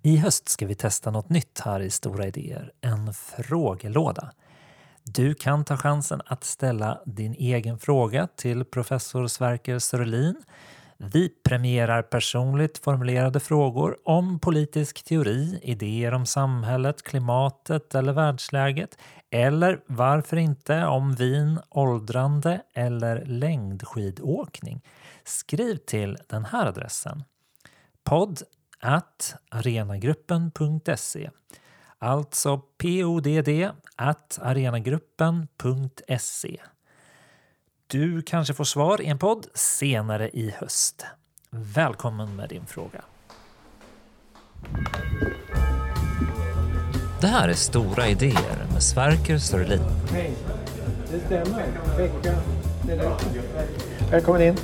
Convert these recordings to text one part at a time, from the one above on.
I höst ska vi testa något nytt här i Stora idéer, en frågelåda. Du kan ta chansen att ställa din egen fråga till professor Sverker Sörlin. Vi premierar personligt formulerade frågor om politisk teori, idéer om samhället, klimatet eller världsläget. Eller varför inte om vin, åldrande eller längdskidåkning. Skriv till den här adressen. podd@arenagruppen.se. Alltså podd@arenagruppen.se. Du kanske får svar i en podd senare i höst. Välkommen med din fråga. Det här är Stora idéer med Sverker Sörlin. Hej, det stämmer. Pekka, det är rätt. Välkommen in.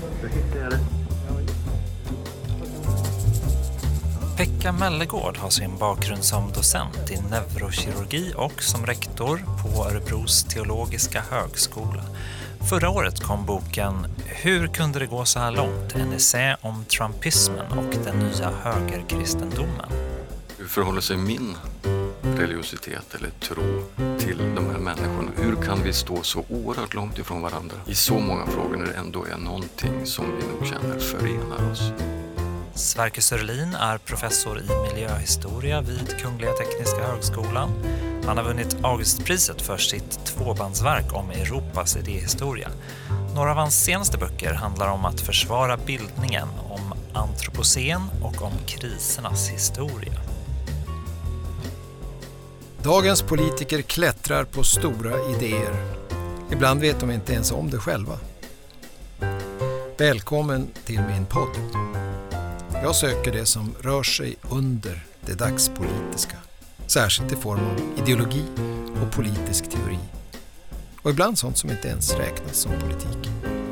Pekka Mellegård har sin bakgrund som docent i neurokirurgi och som rektor på Örebros teologiska högskola. Förra året kom boken Hur kunde det gå så här långt? En essä om trumpismen och den nya högerkristendomen. Hur förhåller sig min religiositet eller tro till de här människorna? Hur kan vi stå så oerhört långt ifrån varandra i så många frågor när det ändå är någonting som vi nog känner förenar oss? Sverker Sörlin är professor i miljöhistoria vid Kungliga Tekniska högskolan. Han har vunnit Augustpriset för sitt tvåbandsverk om Europas idéhistoria. Några av hans senaste böcker handlar om att försvara bildningen, om antropocen och om krisernas historia. Dagens politiker klättrar på stora idéer. Ibland vet de inte ens om det själva. Välkommen till min podd. Jag söker det som rör sig under det dagspolitiska. Särskilt i form av ideologi och politisk teori. Och ibland sånt som inte ens räknas som politik.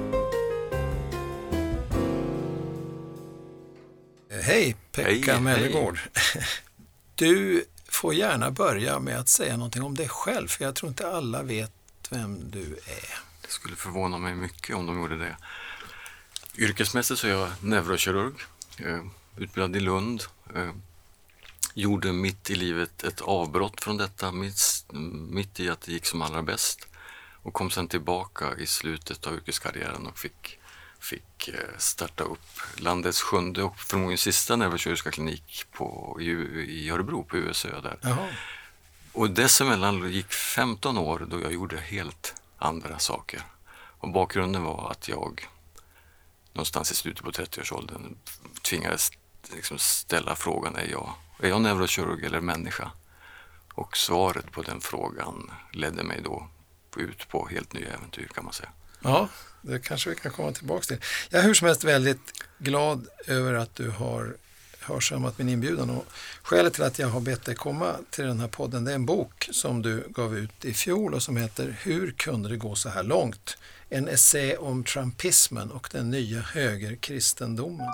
Hej Pekka Mellegård. Du får gärna börja med att säga någonting om dig själv. För jag tror inte alla vet vem du är. Det skulle förvåna mig mycket om de gjorde det. Yrkesmässigt så är jag neurokirurg. Utbildad i Lund. Gjorde mitt i livet ett avbrott från detta mitt i att det gick som allra bäst och kom sen tillbaka i slutet av yrkeskarriären och fick starta upp landets 7:e och förmodligen sista neurokirurgiska klinik i Örebro på USÖ där. Jaha. Och dessemellan gick 15 år då jag gjorde helt andra saker. Och bakgrunden var att jag någonstans i slutet på 30-årsåldern tvingades liksom ställa frågan, är jag neurokirurg eller människa? Och svaret på den frågan ledde mig då ut på helt nya äventyr, kan man säga. Ja, det kanske vi kan komma tillbaka till. Jag är hur som helst väldigt glad över att du har hörsammat min inbjudan. Och skälet till att jag har bett dig komma till den här podden, det är en bok som du gav ut i fjol och som heter Hur kunde det gå så här långt? En essä om trumpismen och den nya högerkristendomen.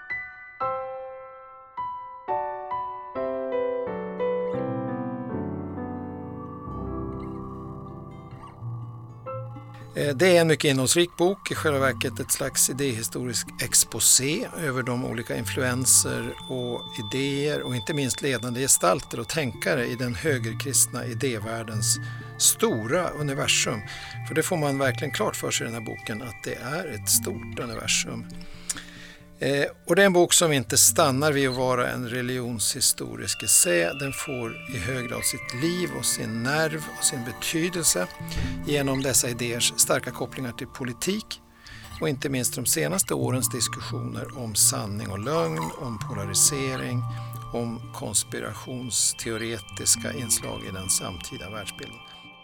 Det är en mycket innehållsrik bok, i själva verket ett slags idéhistorisk exposé över de olika influenser och idéer och inte minst ledande gestalter och tänkare i den högerkristna idévärldens stora universum. För det får man verkligen klart för sig i den här boken, att det är ett stort universum. Och det är en bok som inte stannar vid att vara en religionshistorisk essä. Den får i hög grad sitt liv och sin nerv och sin betydelse genom dessa idéers starka kopplingar till politik och inte minst de senaste årens diskussioner om sanning och lögn, om polarisering, om konspirationsteoretiska inslag i den samtida världsbilden.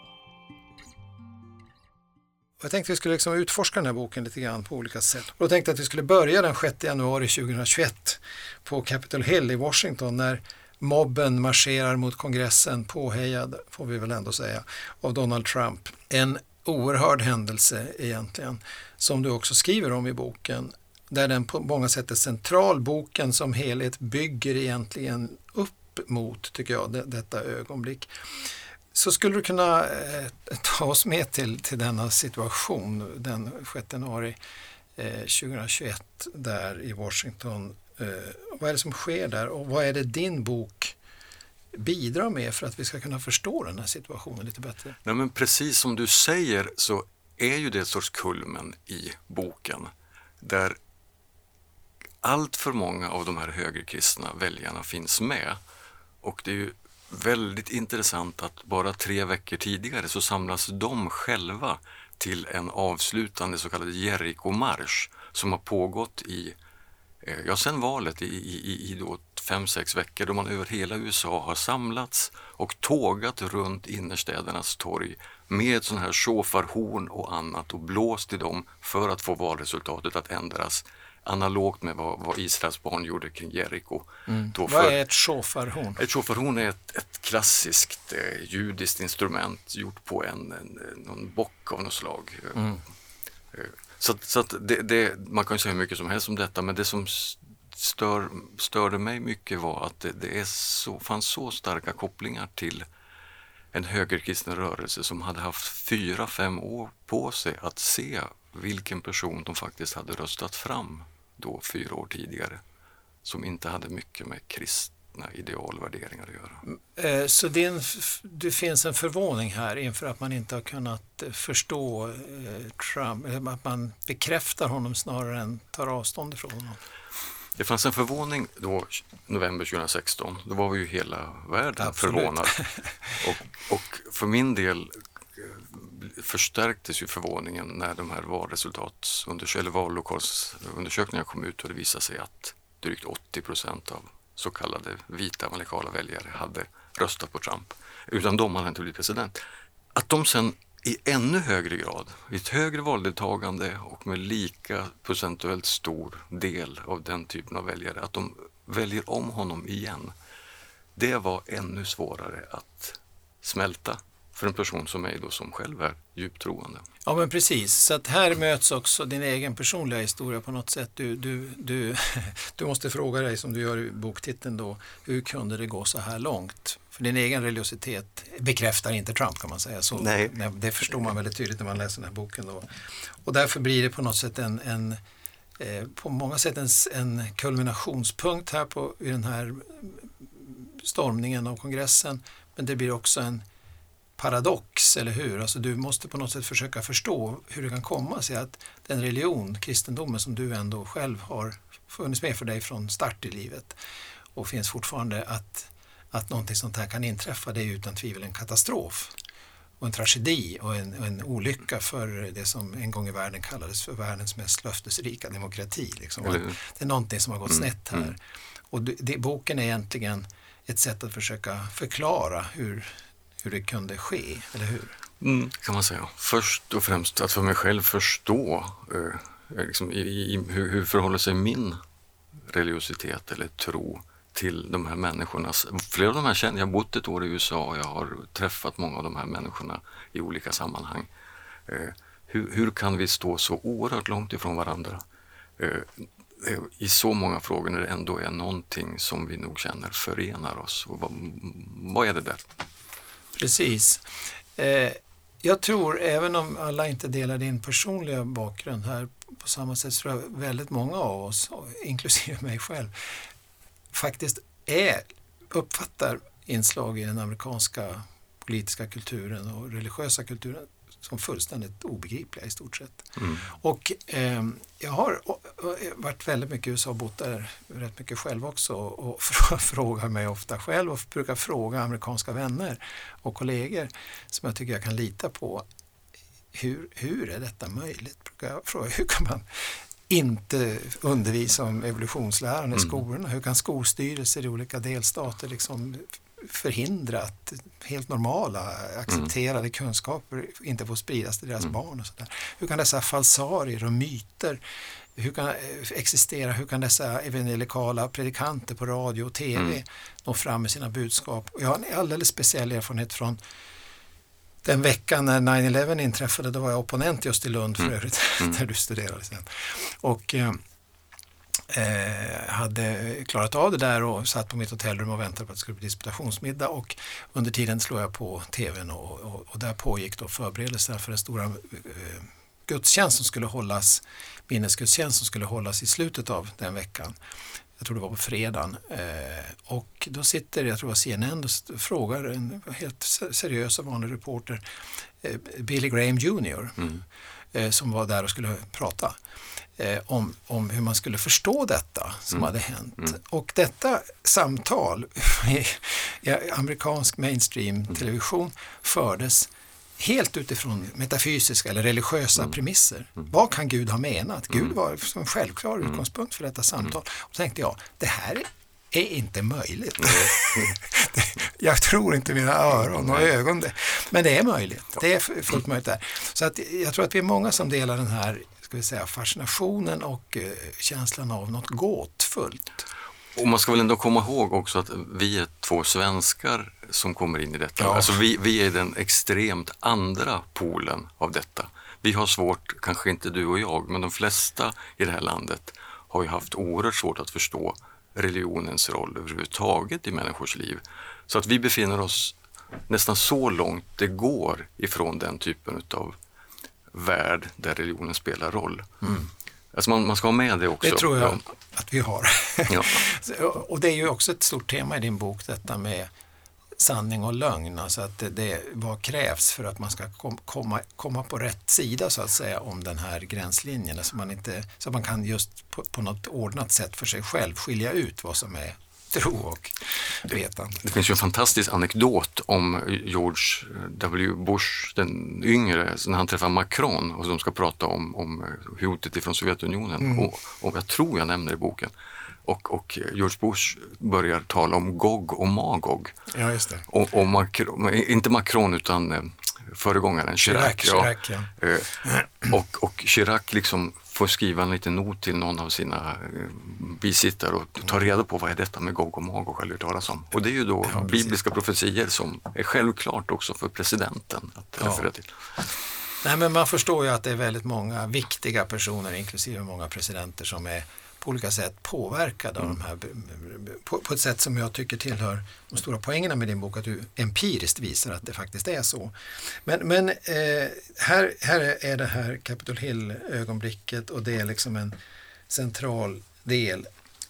Jag tänkte att vi skulle utforska den här boken lite grann på olika sätt. Och då tänkte jag att vi skulle börja den 6 januari 2021 på Capitol Hill i Washington när mobben marscherar mot kongressen, påhejad, får vi väl ändå säga, av Donald Trump. En oerhörd händelse egentligen, som du också skriver om i boken, där den på många sätt är central. Boken som helhet bygger egentligen upp mot, tycker jag, detta ögonblick. Så skulle du kunna ta oss med till denna situation den 6 januari 2021 där i Washington. Vad är det som sker där och vad är det din bok bidra med för att vi ska kunna förstå den här situationen lite bättre? Nej, men precis som du säger så är ju det ett sorts kulmen i boken där allt för många av de här högerkristna väljarna finns med. Och det är ju väldigt intressant att bara 3 veckor tidigare så samlas de själva till en avslutande så kallad Jericho-marsch som har pågått sedan valet i då 5-6 veckor då man över hela USA har samlats och tågat runt innerstädernas torg med sådana här shofarhorn och annat och blåst i dem för att få valresultatet att ändras analogt med vad Israels barn gjorde kring Jericho. Vad är ett shofarhorn? Ett shofarhorn är ett klassiskt judiskt instrument gjort på någon bock av något slag. Så att man kan ju säga mycket som helst om detta, men det som störde mig mycket var att det fanns så starka kopplingar till en högerkristen rörelse som hade haft 4-5 år på sig att se vilken person de faktiskt hade röstat fram då 4 år tidigare, som inte hade mycket med kristna idealvärderingar att göra. Så det finns en förvåning här inför att man inte har kunnat förstå Trump, eller att man bekräftar honom snarare än tar avstånd ifrån honom. Det fanns en förvåning då november 2016, då var vi ju hela världen förvånad. Och för min del förstärktes ju förvåningen när de här vallokalsundersökningarna kom ut och det visade sig att drygt 80% av så kallade vita amerikanska väljare hade röstat på Trump. Utan de hade inte blivit president. Att de sen i ännu högre grad, i ett högre valdeltagande och med lika procentuellt stor del av den typen av väljare, att de väljer om honom igen. Det var ännu svårare att smälta för en person som mig då, som själv är djupt troende. Ja, men precis. Så att här möts också din egen personliga historia på något sätt. Du måste fråga dig, som du gör i boktiteln då, hur kunde det gå så här långt? För din egen religiositet bekräftar inte Trump, kan man säga. Så, nej. Det förstår man väldigt tydligt när man läser den här boken då. Och därför blir det på något sätt på många sätt en kulminationspunkt här i den här stormningen av kongressen. Men det blir också en paradox, eller hur? Alltså du måste på något sätt försöka förstå hur det kan komma sig att den religion, kristendomen, som du ändå själv har funnits med för dig från start i livet och finns fortfarande, att någonting sånt här kan inträffa, det är utan tvivel en katastrof och en tragedi och en olycka för det som en gång i världen kallades för världens mest löftesrika demokrati. Liksom. Det är någonting som har gått snett här. Och boken är egentligen ett sätt att försöka förklara hur det kunde ske, eller hur? Kan man säga. Först och främst att för mig själv förstå hur förhåller sig min religiositet eller tro till de här människorna. Flera av de här känner jag. Har bott ett år i USA och jag har träffat många av de här människorna i olika sammanhang. Hur kan vi stå så oerhört långt ifrån varandra? I så många frågor när det ändå är någonting som vi nog känner förenar oss. Och vad är det där? Precis. Jag tror, även om alla inte delar din personliga bakgrund här på samma sätt, så tror jag väldigt många av oss, inklusive mig själv, faktiskt uppfattar inslag i den amerikanska politiska kulturen och religiösa kulturen som fullständigt obegripliga i stort sett. Och jag har varit väldigt mycket i USA och bott där rätt mycket själv också och frågar mig ofta själv och brukar fråga amerikanska vänner och kollegor som jag tycker jag kan lita på. Hur är detta möjligt? Brukar jag fråga, hur kan man inte undervisa om evolutionsläran i skolorna? Hur kan skolstyrelser i olika delstater liksom förhindra att helt normala, accepterade kunskaper inte får spridas till deras barn och sådär? Hur kan dessa falsarier och myter existera? Hur kan dessa evangelikala predikanter på radio och tv nå fram med sina budskap? Och jag har en alldeles speciell erfarenhet från den veckan när 9/11 inträffade. Då var jag opponent just i Lund för övrigt, där du studerade sen. Och hade klarat av det där och satt på mitt hotellrum och väntade på att det skulle bli disputationsmiddag, och under tiden slog jag på tvn och där pågick då förberedelserna för den stora gudstjänst som skulle hållas, minnesgudstjänst som skulle hållas i slutet av den veckan. jag tror det var på fredagen. Och då sitter, jag tror det var CNN, och frågar en helt seriös och vanlig reporter, Billy Graham Jr. Som var där och skulle prata om hur man skulle förstå detta som hade hänt. Och detta samtal i amerikansk mainstream-television fördes helt utifrån metafysiska eller religiösa premisser. Vad kan Gud ha menat? Gud var som en självklar utgångspunkt för detta samtal. Och då tänkte jag, det här är inte möjligt. Jag tror inte mina öron och ögon. Men det är möjligt. Det är fullt möjligt där. Så att jag tror att vi är många som delar den här, ska vi säga, fascinationen och känslan av något gåtfullt. Och man ska väl ändå komma ihåg också att vi är 2 svenskar som kommer in i detta. Ja. Alltså vi är den extremt andra polen av detta. Vi har svårt, kanske inte du och jag, men de flesta i det här landet har ju haft oerhört svårt att förstå religionens roll överhuvudtaget i människors liv. Så att vi befinner oss nästan så långt det går ifrån den typen av värld där religionen spelar roll. Alltså man ska ha med det också. Det tror jag att vi har. Ja. Och det är ju också ett stort tema i din bok, detta med sanning och lögn. Alltså att vad krävs för att man ska komma på rätt sida, så att säga, om den här gränslinjen. Alltså så att man kan just på något ordnat sätt för sig själv skilja ut vad som är tro och vetande. Det finns ju en fantastisk anekdot om George W. Bush, den yngre, när han träffar Macron och de ska prata om hotet ifrån Sovjetunionen. Och jag tror jag nämner i boken. Och George Bush börjar tala om Gog och Magog. Ja, just det. Och Macron, inte Macron utan föregångaren Chirac. Ja. Och Chirac liksom får skriva en liten not till någon av sina bisittare och ta reda på vad är detta med Gog och Magog eller talas om. Och det är ju då bibliska profetier som är självklart också för presidenten att referera till. Nej, men man förstår ju att det är väldigt många viktiga personer, inklusive många presidenter, som är på olika sätt påverkade av de här, på ett sätt som jag tycker tillhör de stora poängerna med din bok, att du empiriskt visar att det faktiskt är så. Men här är det här Capitol Hill-ögonblicket, och det är liksom en central del.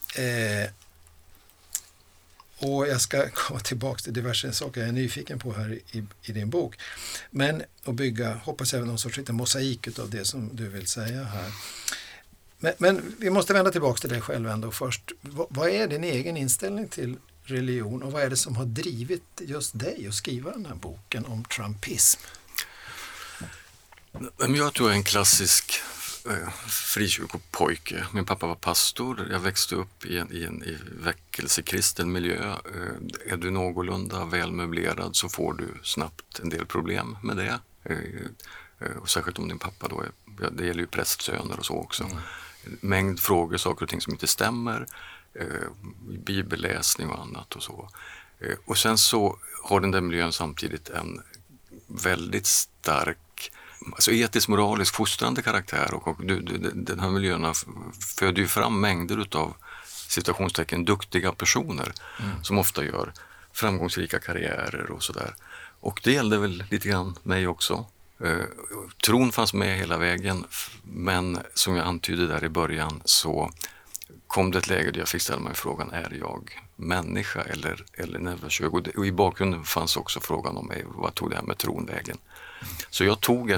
Och jag ska komma tillbaka till diverse saker jag är nyfiken på här i din bok. Men att bygga, hoppas jag, någon sorts liten mosaik av det som du vill säga här. Men vi måste vända tillbaka till dig själv ändå först. Vad är din egen inställning till religion, och vad är det som har drivit just dig att skriva den här boken om trumpism? Jag tror jag är en klassisk frikyrkopojke. Min pappa var pastor. Jag växte upp i en väckelsekristen miljö. Är du någorlunda välmöblerad så får du snabbt en del problem med det. Och särskilt om din pappa då det gäller ju prästsöner och så också. Mängd frågor, saker och ting som inte stämmer, bibelläsning och annat och så. Och sen så har den där miljön samtidigt en väldigt stark, alltså etisk, moralisk, fostrande karaktär, och den här miljöerna föder ju fram mängder utav situationstecken duktiga personer som ofta gör framgångsrika karriärer och sådär. Och det gällde väl lite grann mig också. Tron fanns med hela vägen, men som jag antydde där i början så kom det ett läge där jag fick ställa mig frågan, är jag människa eller neurokirurg? Och i bakgrunden fanns också frågan om mig, vad tog det här med tron vägen? Så jag tog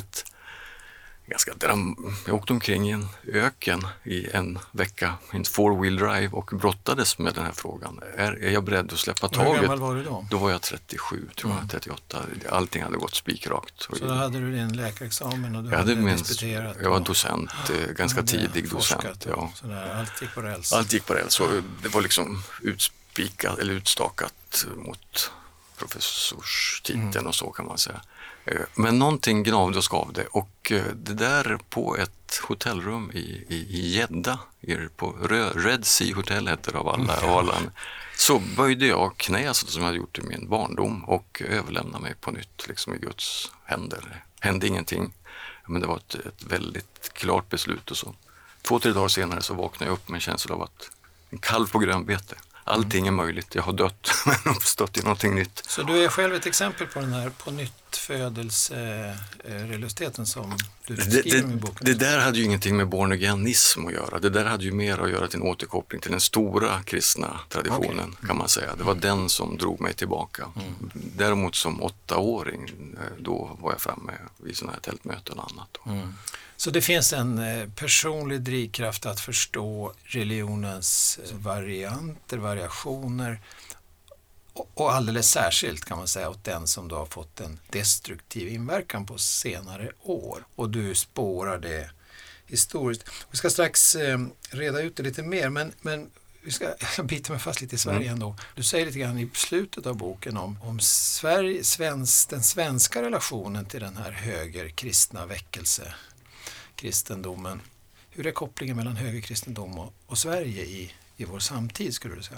jag åkte omkring i en öken i en vecka, en 4-wheel drive, och brottades med den här frågan. Är jag beredd att släppa taget? Hur gammal var du då? Då var jag 37, tror jag, 38. Allting hade gått spikrakt. Så då hade du din läkarexamen och du hade disputerat? Jag var docent, ganska tidig docent. Ja. Allt gick på räls? Allt gick på räls, och det var liksom utstakat mot professorstiteln och så kan man säga. Men någonting gnavde och skavde, och det där på ett hotellrum i Jeddah, på Red Sea Hotel heter det av alla, så böjde jag knä som jag hade gjort i min barndom och överlämnade mig på nytt liksom i Guds händer. Det hände ingenting, men det var ett väldigt klart beslut, och så 2-3 dagar senare så vaknade jag upp med en känsla av att en kalv på grönbete. Allting är möjligt. Jag har dött men uppstått i någonting nytt. Så du är själv ett exempel på den här på nytt pånyttfödelsereligiositeten som du skriver i boken? Det där hade ju ingenting med born-aganism att göra. Det där hade ju mer att göra till en återkoppling till den stora kristna traditionen, kan man säga. Det var den som drog mig tillbaka. Däremot som 8-åring, då var jag framme vid sådana här tältmöten och annat. Så det finns en personlig drivkraft att förstå religionens variationer och alldeles särskilt kan man säga åt den som då har fått en destruktiv inverkan på senare år. Och du spårar det historiskt. Vi ska strax reda ut det lite mer, men vi ska bita mig fast lite i Sverige ändå. Du säger lite grann i slutet av boken om den svenska relationen till den här högerkristna kristendomen. Hur är kopplingen mellan högerkristendom och Sverige i vår samtid, skulle du säga?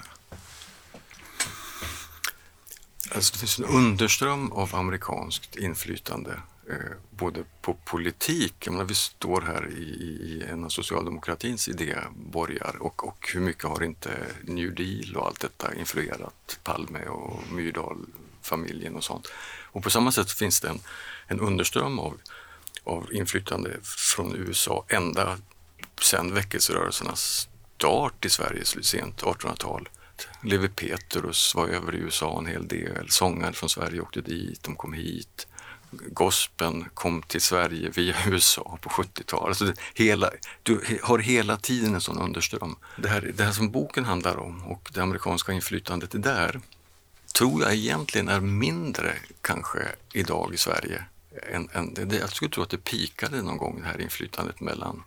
Alltså det finns en underström av amerikanskt inflytande både på politik. Jag menar, vi står här i en av socialdemokratins idéborgar och hur mycket har inte New Deal och allt detta influerat Palme och Myrdal-familjen och sånt. Och på samma sätt finns det en underström av inflytande från USA ända sedan väckelserörelsernas start i Sverige, sent 1800-tal. Levi Petrus var över i USA en hel del, sångare från Sverige åkte dit, de kom hit. Gospeln kom till Sverige via USA på 70-talet. Alltså du har hela tiden en sån underström. Det här som boken handlar om och det amerikanska inflytandet där tror jag egentligen är mindre kanske idag i Sverige. Jag skulle tro att det pikade någon gång det här inflytandet mellan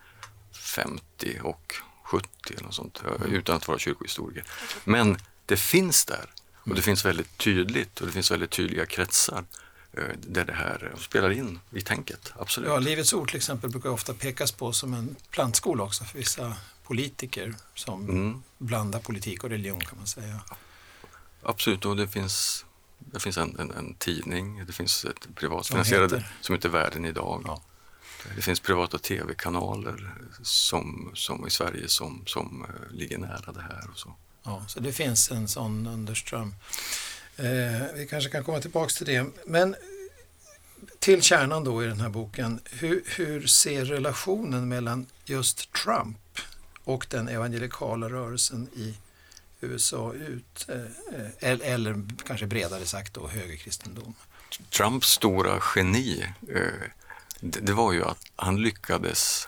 50 och 70 eller något sånt, utan att vara kyrkohistoriker. Men det finns där och det finns väldigt tydligt och det finns väldigt tydliga kretsar där det här spelar in i tänket, absolut. Ja, Livets ord till exempel brukar ofta pekas på som en plantskola också för vissa politiker som blandar politik och religion, kan man säga. Absolut, och det finns en tidning, det finns ett privatfinansierade som heter Världen idag. Ja. Det finns privata tv-kanaler som i Sverige som ligger nära det här och så. Ja, så det finns en sån underström. Vi kanske kan komma tillbaka till det. Men till kärnan då i den här boken. Hur ser relationen mellan just Trump och den evangelikala rörelsen i USA ut? Eller kanske bredare sagt då högerkristendom. Trumps stora geni det var ju att han lyckades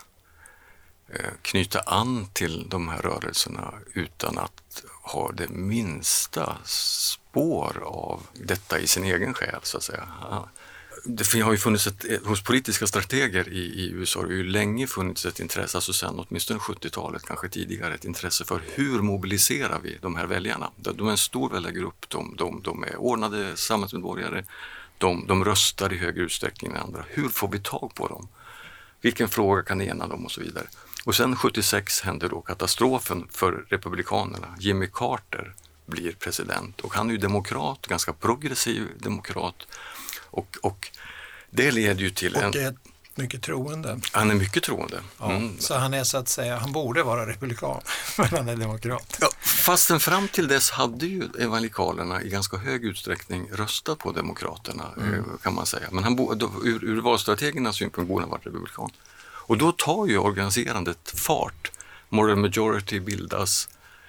knyta an till de här rörelserna utan att ha det minsta spår av detta i sin egen själ, så att säga. Det har ju funnits hos politiska strateger i USA har det ju länge funnits ett intresse, alltså sedan åtminstone 70-talet, kanske tidigare, ett intresse för hur mobiliserar vi de här väljarna. De är en stor väljargrupp, de är ordnade samhällsmedborgare, de röstar i högre utsträckning än andra. Hur får vi tag på dem? Vilken fråga kan ena dem och så vidare. Och sen 76 hände då katastrofen för republikanerna. Jimmy Carter blir president och han är ju demokrat, ganska progressiv demokrat. Och det leder ju till och är mycket troende. Han är mycket troende. Ja, så han är så att säga, han borde vara republikan, men han är demokrat. Ja, fastän fram till dess hade ju evangelikalerna i ganska hög utsträckning röstat på demokraterna, kan man säga. Men ur valstrategernas synpunkt borde han vara republikan. Och då tar ju organiserandet fart. Moral majority bildas.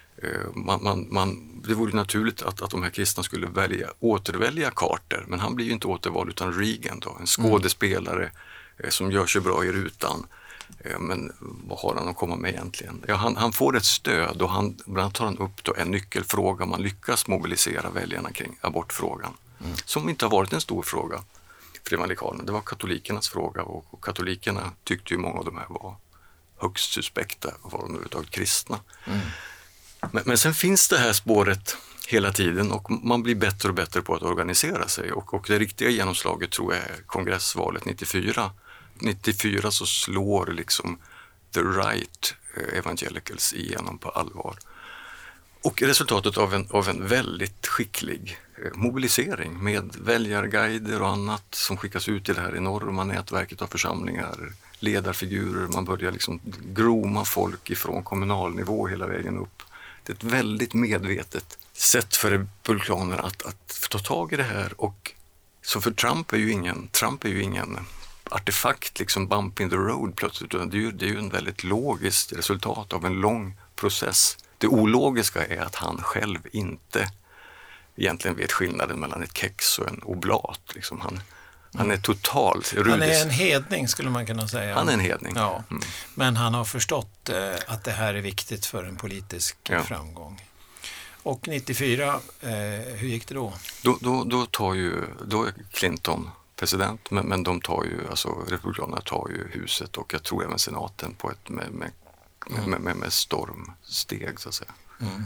Det vore naturligt att de här kristna skulle återvälja Carter, men han blir ju inte återvald utan Reagan då, en skådespelare som gör sig bra i rutan. Men vad har han att komma med egentligen? Ja, han får ett stöd och bland tar han upp då en nyckelfråga. Man lyckas mobilisera väljarna kring abortfrågan, som inte har varit en stor fråga för evangelikalerna. Det var katolikernas fråga och katolikerna tyckte ju många av de här var högst suspekta och var de överhuvudtaget kristna. Men sen finns det här spåret hela tiden och man blir bättre och bättre på att organisera sig och det riktiga genomslaget tror jag är kongressvalet 94. 94 så slår liksom the right evangelicals igenom på allvar. Och resultatet av en väldigt skicklig mobilisering med väljarguider och annat som skickas ut i det här enorma nätverket av församlingar, ledarfigurer, man börjar liksom groma folk ifrån kommunalnivå hela vägen upp. Det är ett väldigt medvetet sätt för republikanerna att ta tag i det här och Så för Trump är ju ingen artefakt, liksom bump in the road plötsligt. Det är ju en väldigt logiskt resultat av en lång process. Det ologiska är att han själv inte egentligen vet skillnaden mellan ett kex och en oblat. Liksom han är totalt rudis. Han är en hedning, skulle man kunna säga. Han är en hedning. Ja. Men han har förstått att det här är viktigt för en politisk framgång. Och 94, hur gick det då? Då är Clinton president, men de tar ju, alltså republikanerna tar ju huset och jag tror även senaten på ett med stormsteg, så att säga.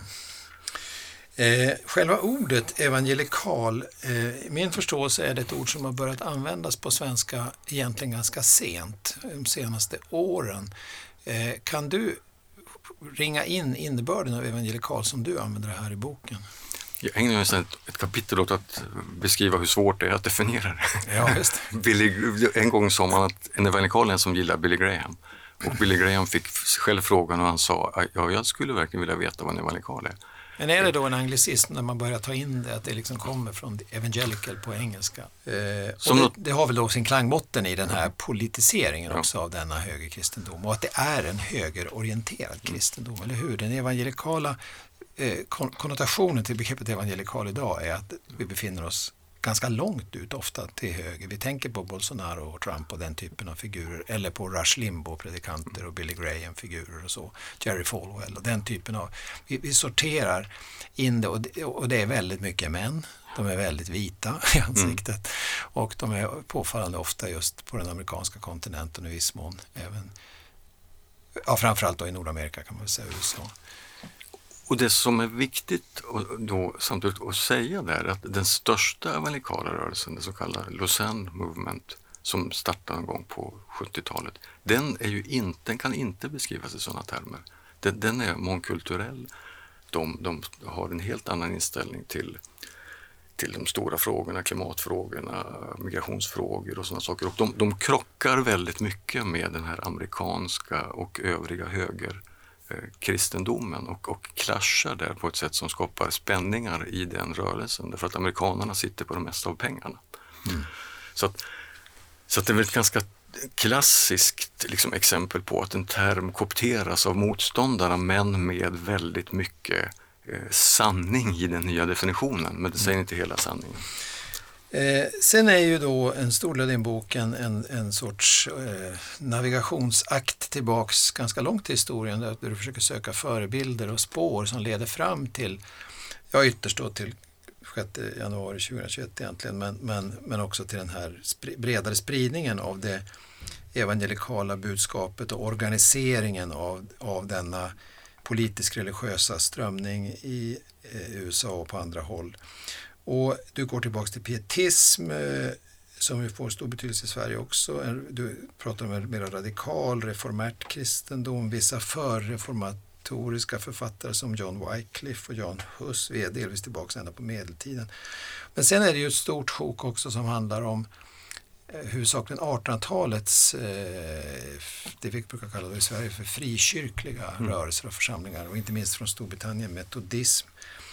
Själva ordet evangelikal, min förståelse är det ett ord som har börjat användas på svenska egentligen ganska sent, de senaste åren. Kan du ringa in innebörden av evangelikal som du använder det här i boken? Jag ägnar nästan ett kapitel åt att beskriva hur svårt det är att definiera det. Ja, just. En gång sa man att en evangelikal är en som gillar Billy Graham. Och Billy Graham fick själv frågan och han sa, jag skulle verkligen vilja veta vad en evangelikal är. Men är det då en anglicism när man börjar ta in det, att det liksom kommer från evangelical på engelska? Det har väl då sin klangbotten i den här politiseringen också av denna högerkristendom, och att det är en högerorienterad kristendom, eller hur? Den evangelikala konnotationen till begreppet evangelikal idag är att vi befinner oss ganska långt ut, ofta till höger. Vi tänker på Bolsonaro och Trump och den typen av figurer, eller på Rush Limbaugh-predikanter och Billy Graham-figurer och så, Jerry Falwell och den typen av... Vi sorterar in det, och det är väldigt mycket män. De är väldigt vita i ansiktet och de är påfallande ofta just på den amerikanska kontinenten och i viss mån även, framförallt då i Nordamerika kan man väl säga, USA. Och det som är viktigt då samtidigt att säga där är att den största evangelikala rörelsen, den så kallade Lausanne Movement, som startade en gång på 70-talet, den kan inte beskrivas i sådana termer. Den är mångkulturell. De har en helt annan inställning till de stora frågorna, klimatfrågorna, migrationsfrågor och sådana saker. Och de krockar väldigt mycket med den här amerikanska och övriga kristendomen och klaschar där på ett sätt som skapar spänningar i den rörelsen, därför att amerikanerna sitter på det mesta av pengarna. Så att det är ett ganska klassiskt liksom, exempel på att en term kopteras av motståndarna, men med väldigt mycket sanning i den nya definitionen, men det säger inte hela sanningen. Sen är ju då en stor del i boken en sorts navigationsakt tillbaks ganska långt i historien, där du försöker söka förebilder och spår som leder fram till, ytterst då till 6 januari 2021 egentligen, men också till den här bredare spridningen av det evangelikala budskapet och organiseringen av denna politisk-religiösa strömning i USA och på andra håll. Och du går tillbaka till pietism som ju får stor betydelse i Sverige också. Du pratar om en mer radikal, reformärt kristendom, vissa förreformatoriska författare som John Wycliffe och John Hus. Vi är delvis tillbaka ända på medeltiden. Men sen är det ju ett stort sjok också som handlar om huvudsakligen 1800-talets, det vi brukar kalla i Sverige för frikyrkliga rörelser och församlingar, och inte minst från Storbritannien metodism.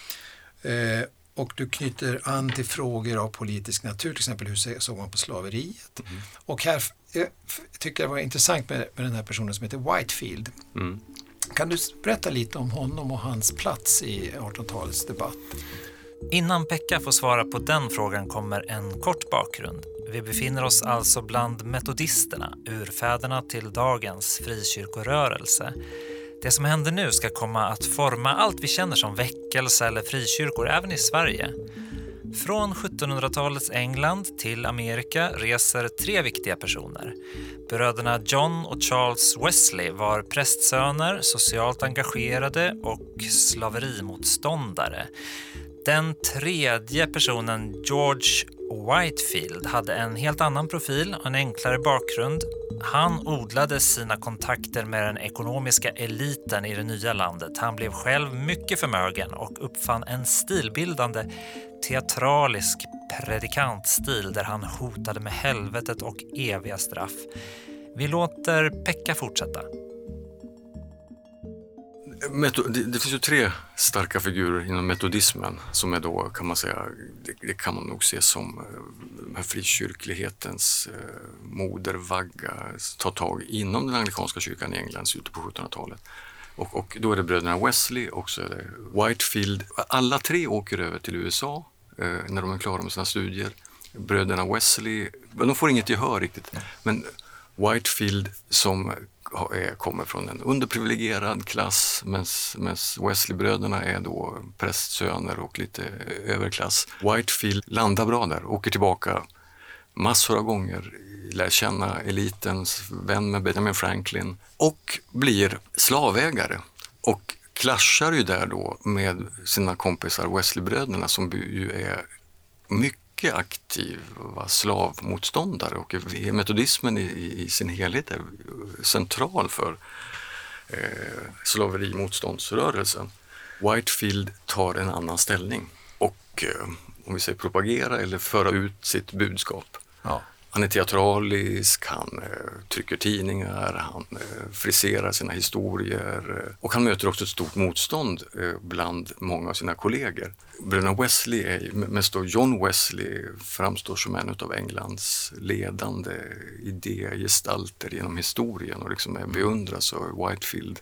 Och du knyter an till frågor av politisk natur, till exempel hur såg man på slaveriet. Och här tycker jag det var intressant med den här personen som heter Whitefield. Kan du berätta lite om honom och hans plats i 1800-talets debatt? Innan Pekka får svara på den frågan kommer en kort bakgrund. Vi befinner oss alltså bland metodisterna, urfäderna till dagens frikyrkorörelse. Det som händer nu ska komma att forma allt vi känner som väckelse eller frikyrkor även i Sverige. Från 1700-talets England till Amerika reser 3 viktiga personer. Bröderna John och Charles Wesley var prästsöner, socialt engagerade och slaverimotståndare. Den tredje personen, George Whitefield, hade en helt annan profil och en enklare bakgrund. Han odlade sina kontakter med den ekonomiska eliten i det nya landet. Han blev själv mycket förmögen och uppfann en stilbildande teatralisk predikantstil där han hotade med helvetet och eviga straff. Vi låter Pekka fortsätta. Det finns ju 3 starka figurer inom metodismen som är då, kan man säga, det kan man nog se som den här frikyrklighetens modervagga, tar tag inom den anglikanska kyrkan i England i slutet på 1700-talet. Och då är det bröderna Wesley och så är det Whitefield. Alla 3 åker över till USA när de är klara med sina studier. Bröderna Wesley, de får inget gehör riktigt, men Whitefield som kommer från en underprivilegierad klass, medan Wesley-bröderna är då prästsöner och lite överklass. Whitefield landar bra där, åker tillbaka massor av gånger, lär känna elitens vän med Benjamin Franklin och blir slavägare och klaschar ju där då med sina kompisar Wesley-bröderna som ju är mycket aktiva slavmotståndare, och metodismen i sin helhet är central för slaverimotståndsrörelsen. Whitefield tar en annan ställning och om vi säger propagera eller föra ut sitt budskap. Ja. Han är teatralisk, han trycker tidningar, han friserar sina historier och han möter också ett stort motstånd bland många av sina kollegor. Bröderna Wesley, mest då John Wesley, framstår som en av Englands ledande idégestalter genom historien och liksom beundras av Whitefield,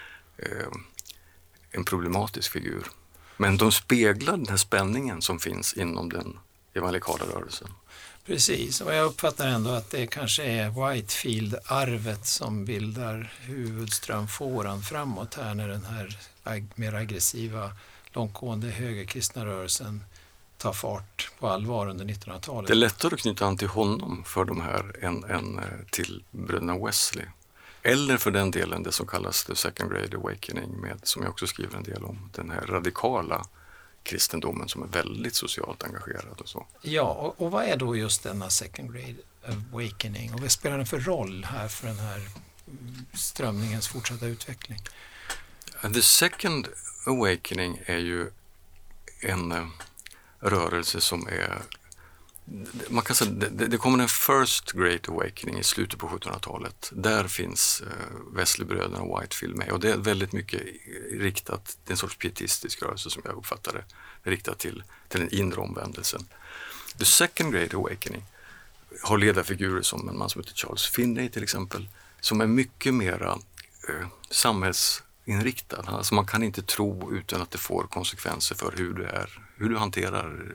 en problematisk figur. Men de speglar den här spänningen som finns inom den evangelikala rörelsen. Precis, och jag uppfattar ändå att det kanske är Whitefield-arvet som bildar huvudströmfåran framåt här när den här mer aggressiva, långtgående högerkristna rörelsen tar fart på allvar under 1900-talet. Det är lättare att knyta an till honom för de här än till bröderna Wesley. Eller för den delen det som kallas The Second Great Awakening, som jag också skriver en del om, den här radikala kristendomen som är väldigt socialt engagerad och så. Ja, och vad är då just denna Second Great Awakening och vad spelar den för roll här för den här strömningens fortsatta utveckling? The Second Awakening är ju en rörelse som är, man kan säga, det kommer en First Great Awakening i slutet på 1700-talet. Där finns Wesley-bröderna och Whitefield med, och det är väldigt mycket riktat till en sorts pietistisk rörelse som jag uppfattar det, riktat till den inre omvändelsen. The Second Great Awakening har ledarfigurer som en man som heter Charles Finney till exempel, som är mycket mera samhällsinriktad. Alltså man kan inte tro utan att det får konsekvenser för hur du hanterar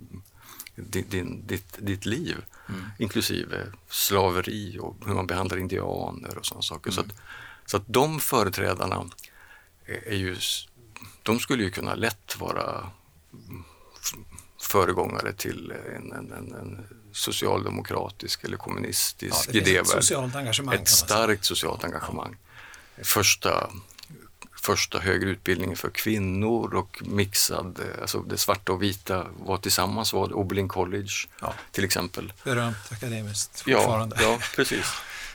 ditt liv, inklusive slaveri och hur man behandlar indianer och sådana saker. Så att de företrädarna de skulle ju kunna lätt vara föregångare till en socialdemokratisk eller kommunistisk idévärld. Ett starkt socialt engagemang. Första högre utbildningen för kvinnor och mixad, alltså det svarta och vita var tillsammans, var Oberlin College till exempel. Berömt akademiskt fortfarande. Ja, precis.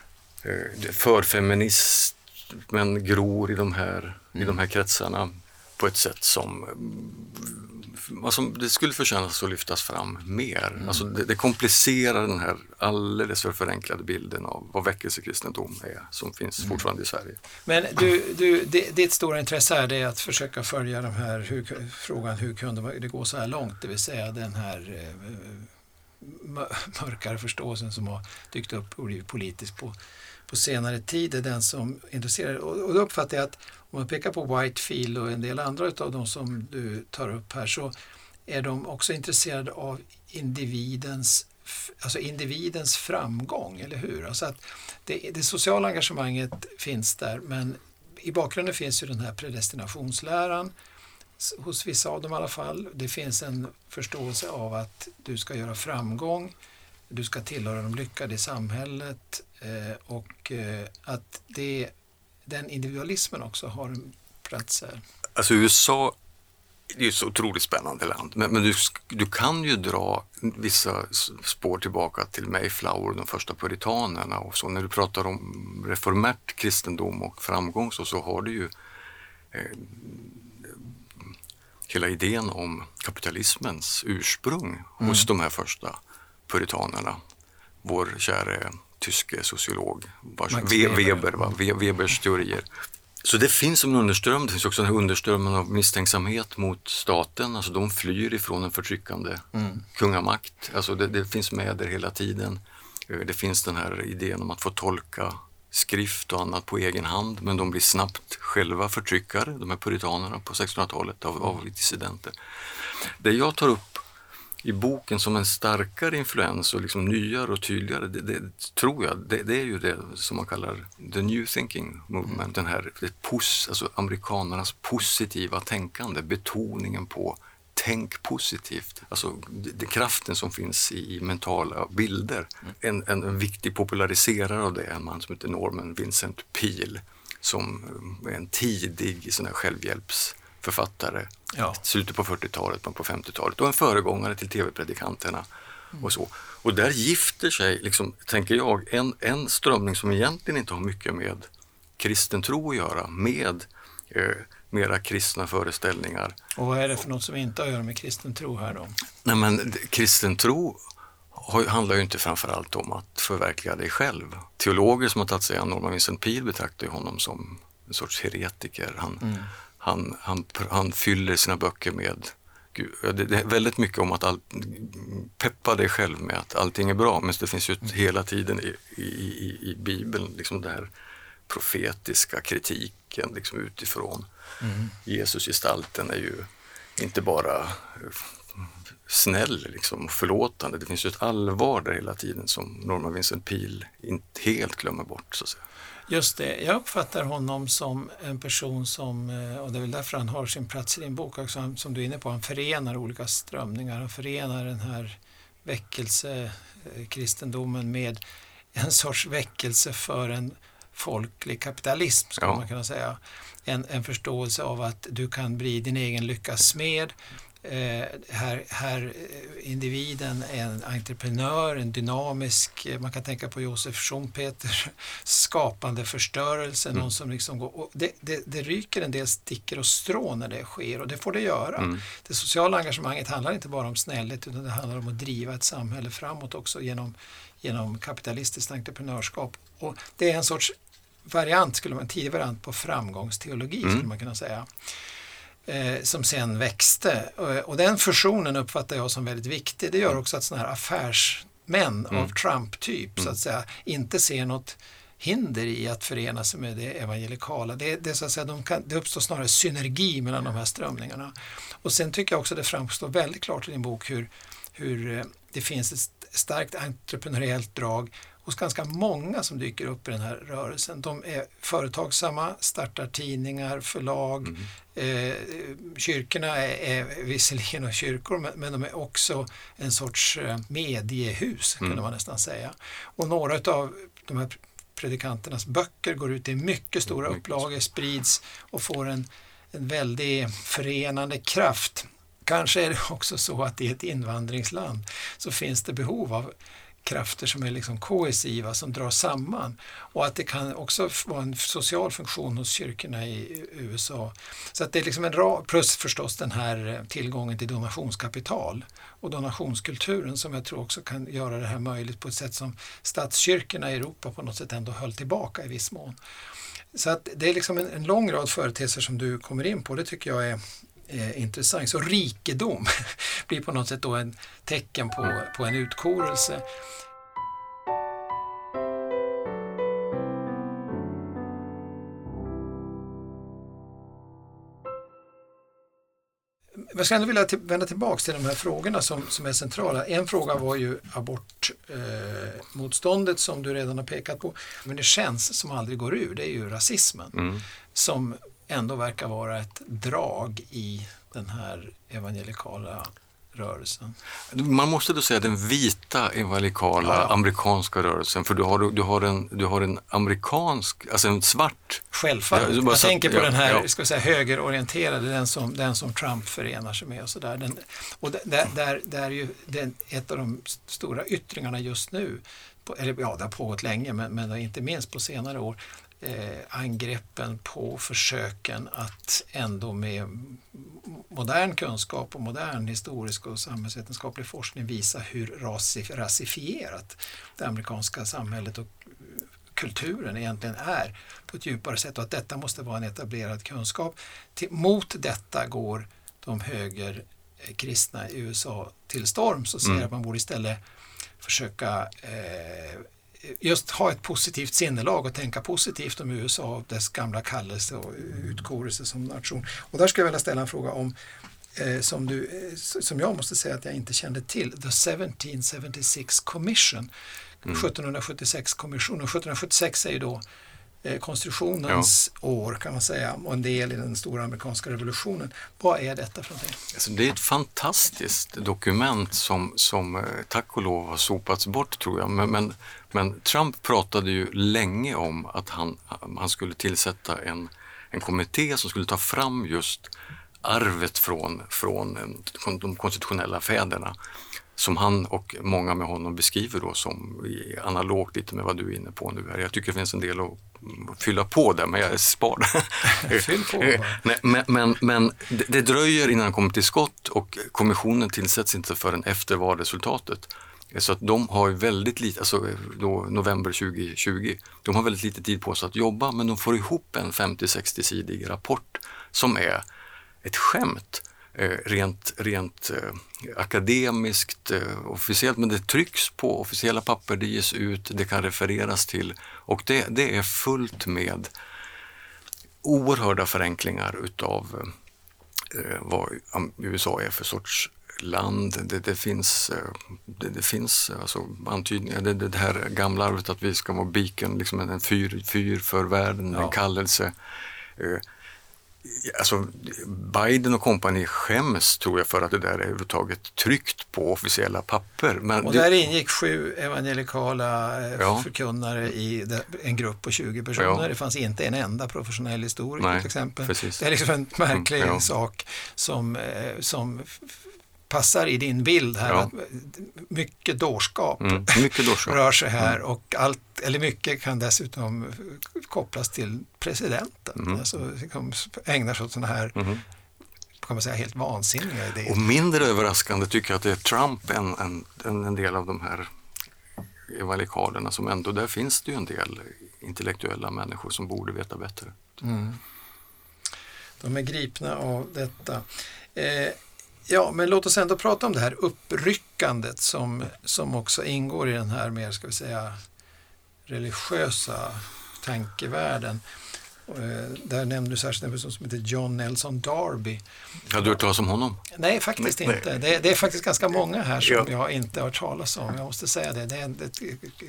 Förfeminismen gror i de här kretsarna på ett sätt som det skulle förtjänas att lyftas fram mer. Alltså det komplicerar den här alldeles för förenklade bilden av vad väckelsekristendom är som finns fortfarande i Sverige. Men ditt stora intresse här är att försöka följa de här frågan hur kunde det gå så här långt, det vill säga den här mörkare förståelsen som har dykt upp och blivit politisk på senare tid är den som intresserar. Och då uppfattar jag att om man pekar på Whitefield och en del andra av de som du tar upp här, så är de också intresserade av individens framgång, eller hur? Alltså att det sociala engagemanget finns där, men i bakgrunden finns ju den här predestinationsläran hos vissa av dem i alla fall. Det finns en förståelse av att du ska göra framgång, du ska tillhöra de lyckade i samhället och att den individualismen också har en plats här. Alltså USA är ju så otroligt spännande land, men du kan ju dra vissa spår tillbaka till Mayflower, de första puritanerna och så. När du pratar om reformärt kristendom och framgång så har du ju hela idén om kapitalismens ursprung hos de här första puritanerna. Vår käre tyske sociolog Webers teorier. Så det finns en underström, det finns också den här underströmmen av misstänksamhet mot staten. Alltså de flyr ifrån en förtryckande kungamakt. Alltså det finns med där hela tiden. Det finns den här idén om att få tolka skrift och annat på egen hand, men de blir snabbt själva förtryckare, de här puritanerna på 1600-talet av dissidenter. Det jag tar upp i boken som en starkare influens och liksom nyare och tydligare, det tror jag, det är ju det som man kallar the new thinking movement, den här alltså amerikanernas positiva tänkande, betoningen på tänk positivt, alltså det kraften som finns i mentala bilder. En viktig populariserare av det är en man som heter Norman Vincent Peale, som är en tidig sån här självhjälpsförfattare, slutet på 40-talet, på 50-talet, och en föregångare till tv-predikanterna och så. Och där gifter sig, liksom, tänker jag, en strömning som egentligen inte har mycket med kristen tro att göra, med mera kristna föreställningar. Och vad är det för något som inte har att göra med kristen tro här då? Nej, men kristen tro handlar ju inte framförallt om att förverkliga dig själv. Teologer som har tagit sig an Norman Vincent Peale betraktar ju honom som en sorts heretiker. Han fyller sina böcker med Gud. Det är väldigt mycket om att peppa dig själv med att allting är bra, men det finns ju hela tiden i Bibeln liksom det här profetiska kritiken liksom utifrån. Jesus-gestalten är ju inte bara snäll liksom, och förlåtande. Det finns ju ett allvar där hela tiden som Norman Vincent Peale inte helt glömmer bort, så att säga. Just det, jag uppfattar honom som en person som, och det är väl därför han har sin plats i din bok också, som du är inne på, han förenar olika strömningar, han förenar den här kristendomen med en sorts väckelse för en folklig kapitalism, skulle man kunna säga. En förståelse av att du kan bli din egen lyckas smed. Här individen är en entreprenör, en dynamisk, man kan tänka på Josef Schumpeter, skapande förstörelse, någon som liksom går, och det ryker en del stickor och strån när det sker, och det får det göra. Det sociala engagemanget handlar inte bara om snällhet, utan det handlar om att driva ett samhälle framåt också genom kapitalistiskt entreprenörskap, och det är en sorts variant, en tidig variant på framgångsteologi, skulle man kunna säga, som sen växte. Och den fusionen uppfattar jag som väldigt viktig. Det gör också att sådana här affärsmän av Trump-typ så att säga inte ser något hinder i att förena sig med det evangelikala. Det så att säga, det uppstår snarare synergi mellan de här strömningarna. Och sen tycker jag också det framstår väldigt klart i din bok hur det finns ett starkt entreprenöriellt drag hos ganska många som dyker upp i den här rörelsen. De är företagsamma, startar tidningar, förlag. Kyrkorna är visserligen kyrkor, men de är också en sorts mediehus, kunde man nästan säga. Och några av de här predikanternas böcker går ut i mycket stora upplagor, sprids och får en väldigt förenande kraft. Kanske är det också så att i ett invandringsland så finns det behov av krafter som är liksom kohesiva, som drar samman, och att det kan också vara en social funktion hos kyrkorna i USA. Så att det är liksom en plus förstås den här tillgången till donationskapital och donationskulturen, som jag tror också kan göra det här möjligt på ett sätt som statskyrkorna i Europa på något sätt ändå höll tillbaka i viss mån. Så att det är liksom en lång rad företeelser som du kommer in på. Det tycker jag är intressant. Så rikedom blir på något sätt då en tecken på en utkorelse. Jag skulle ändå vilja vända tillbaka till de här frågorna som är centrala. En fråga var ju abortmotståndet som du redan har pekat på. Men det känns som aldrig går ur, det är ju rasismen. Som ändå verkar vara ett drag i den här evangelikala rörelsen. Man måste då säga den vita evangelikala amerikanska rörelsen, för du har en amerikansk, alltså en svart. Självfallet. Jag tänker på den här ska vi säga, högerorienterade, den som Trump förenar sig med och sådär. Där är ju ett av de stora yttringarna just nu, det har pågått länge, men inte minst på senare år, angreppen på försöken att ändå med modern kunskap och modern historisk och samhällsvetenskaplig forskning visa hur rasifierat det amerikanska samhället och kulturen egentligen är på ett djupare sätt och att detta måste vara en etablerad kunskap. Mot detta går de högerkristna i USA till storms och säger att man borde istället försöka just ha ett positivt sinnelag och tänka positivt om USA och dess gamla kallelse och utkorelse som nation. Och där skulle jag vilja ställa en fråga om som jag måste säga att jag inte kände till, The 1776 Commission, 1776 kommission, och 1776 är ju då konstitutionens år kan man säga, och en del i den stora amerikanska revolutionen. Vad är detta för någonting? Alltså, det är ett fantastiskt dokument som tack och lov har sopats bort, tror jag. Men Trump pratade ju länge om att han skulle tillsätta en kommitté som skulle ta fram just arvet från de konstitutionella fäderna, som han och många med honom beskriver då som analogt lite med vad du är inne på nu här. Jag tycker det finns en del att fylla på där, men jag sparar. Fyll på. Nej, men det dröjer innan han kommer till skott, och kommissionen tillsätts inte förrän efter valresultatet. Så att de har väldigt lite, alltså då november 2020, de har väldigt lite tid på sig att jobba, men de får ihop en 50-60-sidig rapport som är ett skämt. Rent akademiskt, officiellt, men det trycks på officiella papper, det ges ut, det kan refereras till, och det är fullt med oerhörda förenklingar utav vad USA är för sorts land. Det finns alltså antydningar, det här gamla arvet att vi ska vara beacon, liksom en fyr för världen, en kallelse. Alltså Biden och kompani skäms, tror jag, för att det där är överhuvudtaget tryckt på officiella papper. Men och där ingick 7 evangelikala förkunnare i en grupp på 20 personer. Ja. Det fanns inte en enda professionell historiker till exempel. Precis. Det är liksom en märklig sak som passar i din bild här. Att mycket dårskap rör sig här och allt, eller mycket kan dessutom kopplas till presidenten. Alltså ägnar sig åt sådana här kan man säga helt vansinniga idéer. Och mindre överraskande tycker jag att det är Trump en del av de här evangelikalerna som ändå, där finns det ju en del intellektuella människor som borde veta bättre. De är gripna av detta. Ja, men låt oss ändå prata om det här uppryckandet som också ingår i den här mer, ska vi säga, religiösa tankevärlden. Där nämnde du särskilt en person som heter John Nelson Darby. Har du hört talas om honom? Nej, faktiskt inte. Det är faktiskt ganska många här som jag inte har hört talas om. Jag måste säga det. Det är ett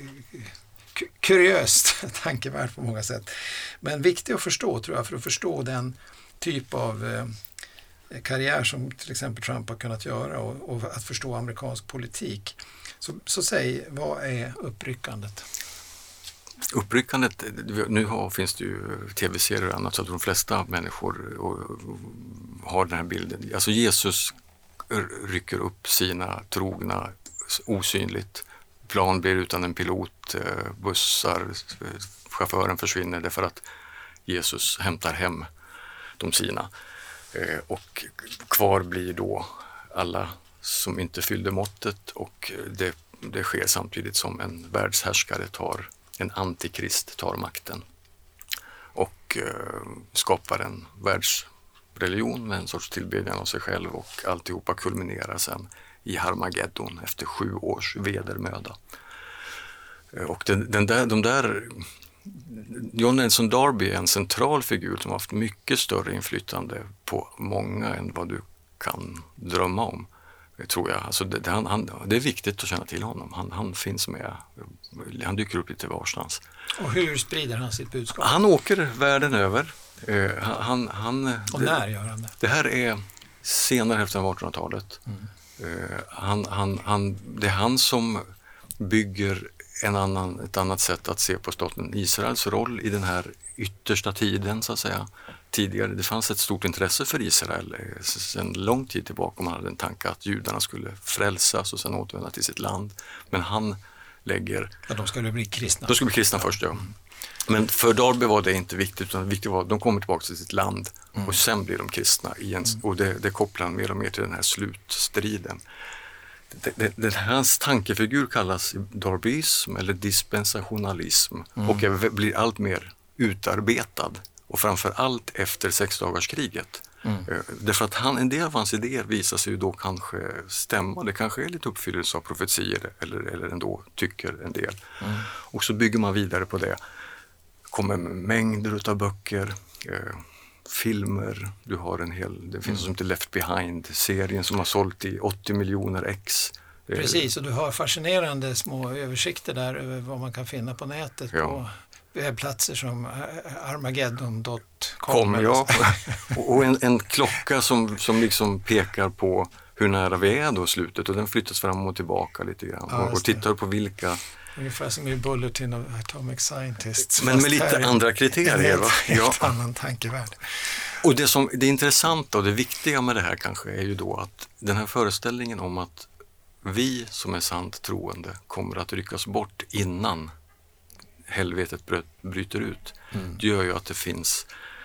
kuriöst tankevärld på många sätt. Men viktigt att förstå, tror jag, för att förstå den typ av karriär som till exempel Trump har kunnat göra och att förstå amerikansk politik. Så säg, vad är uppryckandet? Uppryckandet, nu finns det ju tv-serier och annat, så att de flesta människor har den här bilden. Alltså Jesus rycker upp sina trogna osynligt. Plan blir utan en pilot, bussar, chauffören försvinner därför att Jesus hämtar hem de sina. Och kvar blir då alla som inte fyllde måttet, och det sker samtidigt som en världshärskare en antikrist tar makten och skapar en världsreligion med en sorts tillbedjan av sig själv, och alltihopa kulminerar sen i Harmageddon efter 7 års vedermöda. Och John Nelson Darby är en central figur som har haft mycket större inflytande på många än vad du kan drömma om, tror jag. Alltså det är viktigt att känna till honom. Han finns med, han dyker upp lite varstans. Och hur sprider han sitt budskap? Han åker världen över. Och när gör han det? Det här är senare hälften av 1800-talet. Det är han som bygger ett annat sätt att se på staten Israels roll i den här yttersta tiden, så att säga. Tidigare, det fanns ett stort intresse för Israel sedan lång tid tillbaka. Man hade en tanke att judarna skulle frälsas och sen återvända till sitt land. Men han lägger... Ja, de skulle bli kristna. De skulle bli kristna först, ja. Men för Darby var det inte viktigt, utan viktigt var att de kommer tillbaka till sitt land och sen blir de kristna igen. Och det kopplar han mer och mer till den här slutstriden. Hans tankefigur kallas darbyism eller dispensationalism och blir allt mer utarbetad. Och framför allt efter sexdagarskriget. Därför att en del av hans idéer visar sig ju då kanske stämma. Det kanske är lite uppfyllelse av profetier eller ändå tycker en del. Och så bygger man vidare på det. Kommer mängder av böcker, filmer. Du har det finns som heter Left Behind-serien som har sålt i 80 miljoner ex. Precis, och du har fascinerande små översikter där över vad man kan finna på nätet på webbplatser som Armageddon.com. Och en klocka som liksom pekar på hur nära vi är då slutet, och den flyttas fram och tillbaka lite grann och tittar på vilka... Ungefär som i Bulletin of Atomic Scientists. Men med lite andra kriterier. En helt annan tankevärld. Och det intressanta och det viktiga med det här kanske är ju då att den här föreställningen om att vi som är sant troende kommer att ryckas bort innan helvetet bryter ut. Det gör ju att det finns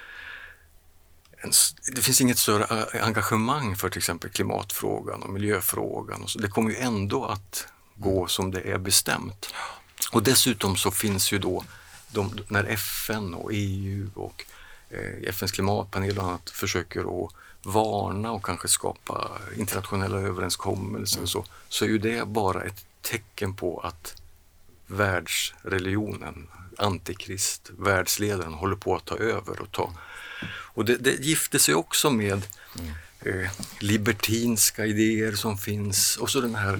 inget större engagemang för till exempel klimatfrågan och miljöfrågan. Och så. Det kommer ju ändå att gå som det är bestämt. Och dessutom så finns ju då när FN och EU och FNs klimatpanel och annat försöker att varna och kanske skapa internationella överenskommelser så är ju det bara ett tecken på att världsreligionen, antikrist, världsledaren håller på att ta över och det gifter sig också med libertinska idéer som finns och så den här